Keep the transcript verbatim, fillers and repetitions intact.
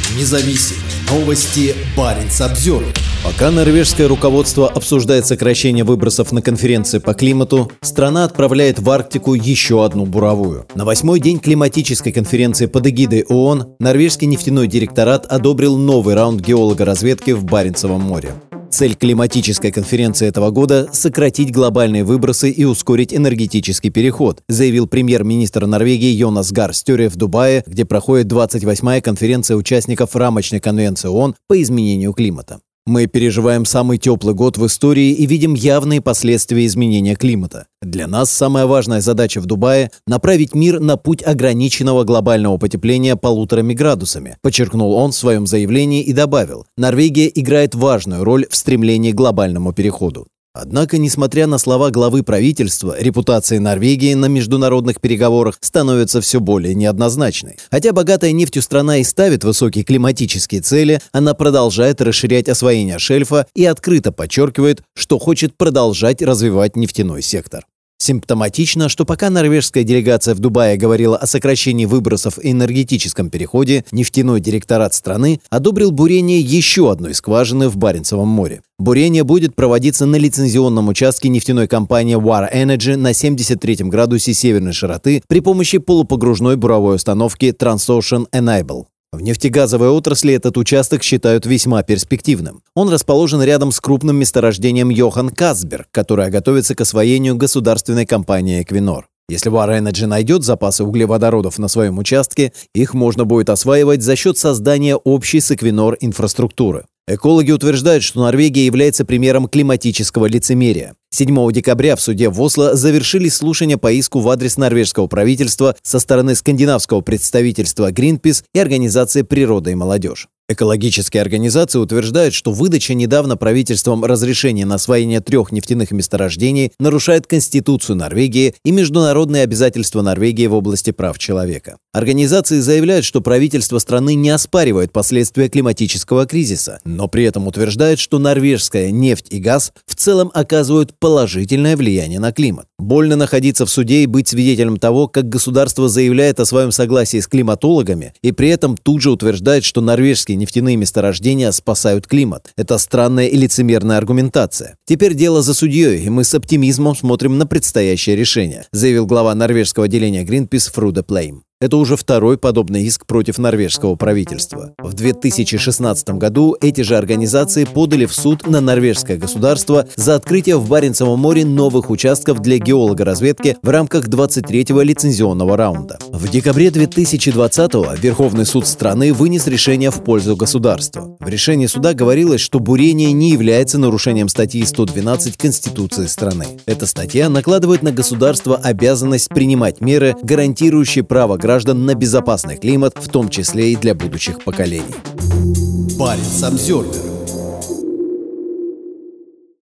Независимые новости. Баренц-Обзервер. Пока норвежское руководство обсуждает сокращение выбросов на конференции по климату, страна отправляет в Арктику еще одну буровую. На восьмой день климатической конференции под эгидой ООН норвежский нефтяной директорат одобрил новый раунд геологоразведки в Баренцевом море. Цель климатической конференции этого года – сократить глобальные выбросы и ускорить энергетический переход, заявил премьер-министр Норвегии Йонас Гар Стёре в Дубае, где проходит двадцать восьмая конференция участников рамочной конвенции ООН по изменению климата. Мы переживаем самый теплый год в истории и видим явные последствия изменения климата. Для нас самая важная задача в Дубае – направить мир на путь ограниченного глобального потепления полуторами градусами, подчеркнул он в своем заявлении и добавил: Норвегия играет важную роль в стремлении к глобальному переходу. Однако, несмотря на слова главы правительства, репутация Норвегии на международных переговорах становится все более неоднозначной. Хотя богатая нефтью страна и ставит высокие климатические цели, она продолжает расширять освоение шельфа и открыто подчеркивает, что хочет продолжать развивать нефтяной сектор. Симптоматично, что пока норвежская делегация в Дубае говорила о сокращении выбросов и энергетическом переходе, нефтяной директорат страны одобрил бурение еще одной скважины в Баренцевом море. Бурение будет проводиться на лицензионном участке нефтяной компании Vår Energi на семьдесят третьем градусе северной широты при помощи полупогружной буровой установки Transocean Enable. В нефтегазовой отрасли этот участок считают весьма перспективным. Он расположен рядом с крупным месторождением Йохан Кастберг, которое готовится к освоению государственной компанией Equinor. Если Vår Energi найдет запасы углеводородов на своем участке, их можно будет осваивать за счет создания общей с Equinor инфраструктуры. Экологи утверждают, что Норвегия является примером климатического лицемерия. седьмого декабря в суде в Осло завершились слушания по иску в адрес норвежского правительства со стороны скандинавского представительства Greenpeace и организации «Природа и молодежь». Экологические организации утверждают, что выдача недавно правительством разрешения на освоение трех нефтяных месторождений нарушает Конституцию Норвегии и международные обязательства Норвегии в области прав человека. Организации заявляют, что правительство страны не оспаривает последствия климатического кризиса, но при этом утверждают, что норвежская нефть и газ в целом оказывают положительное влияние на климат. Больно находиться в суде и быть свидетелем того, как государство заявляет о своем согласии с климатологами и при этом тут же утверждает, что норвежские нефтяные месторождения спасают климат. Это странная и лицемерная аргументация. Теперь дело за судьей, и мы с оптимизмом смотрим на предстоящее решение, заявил глава норвежского отделения Greenpeace Фруде Плейм. Это уже второй подобный иск против норвежского правительства. В две тысячи шестнадцатом году эти же организации подали в суд на норвежское государство за открытие в Баренцевом море новых участков для геологоразведки в рамках двадцать третьего лицензионного раунда. В декабре две тысячи двадцатого Верховный суд страны вынес решение в пользу государства. В решении суда говорилось, что бурение не является нарушением статьи сто двенадцать Конституции страны. Эта статья накладывает на государство обязанность принимать меры, гарантирующие право граждан граждан на безопасный климат, в том числе и для будущих поколений. Баренц-Обзервер.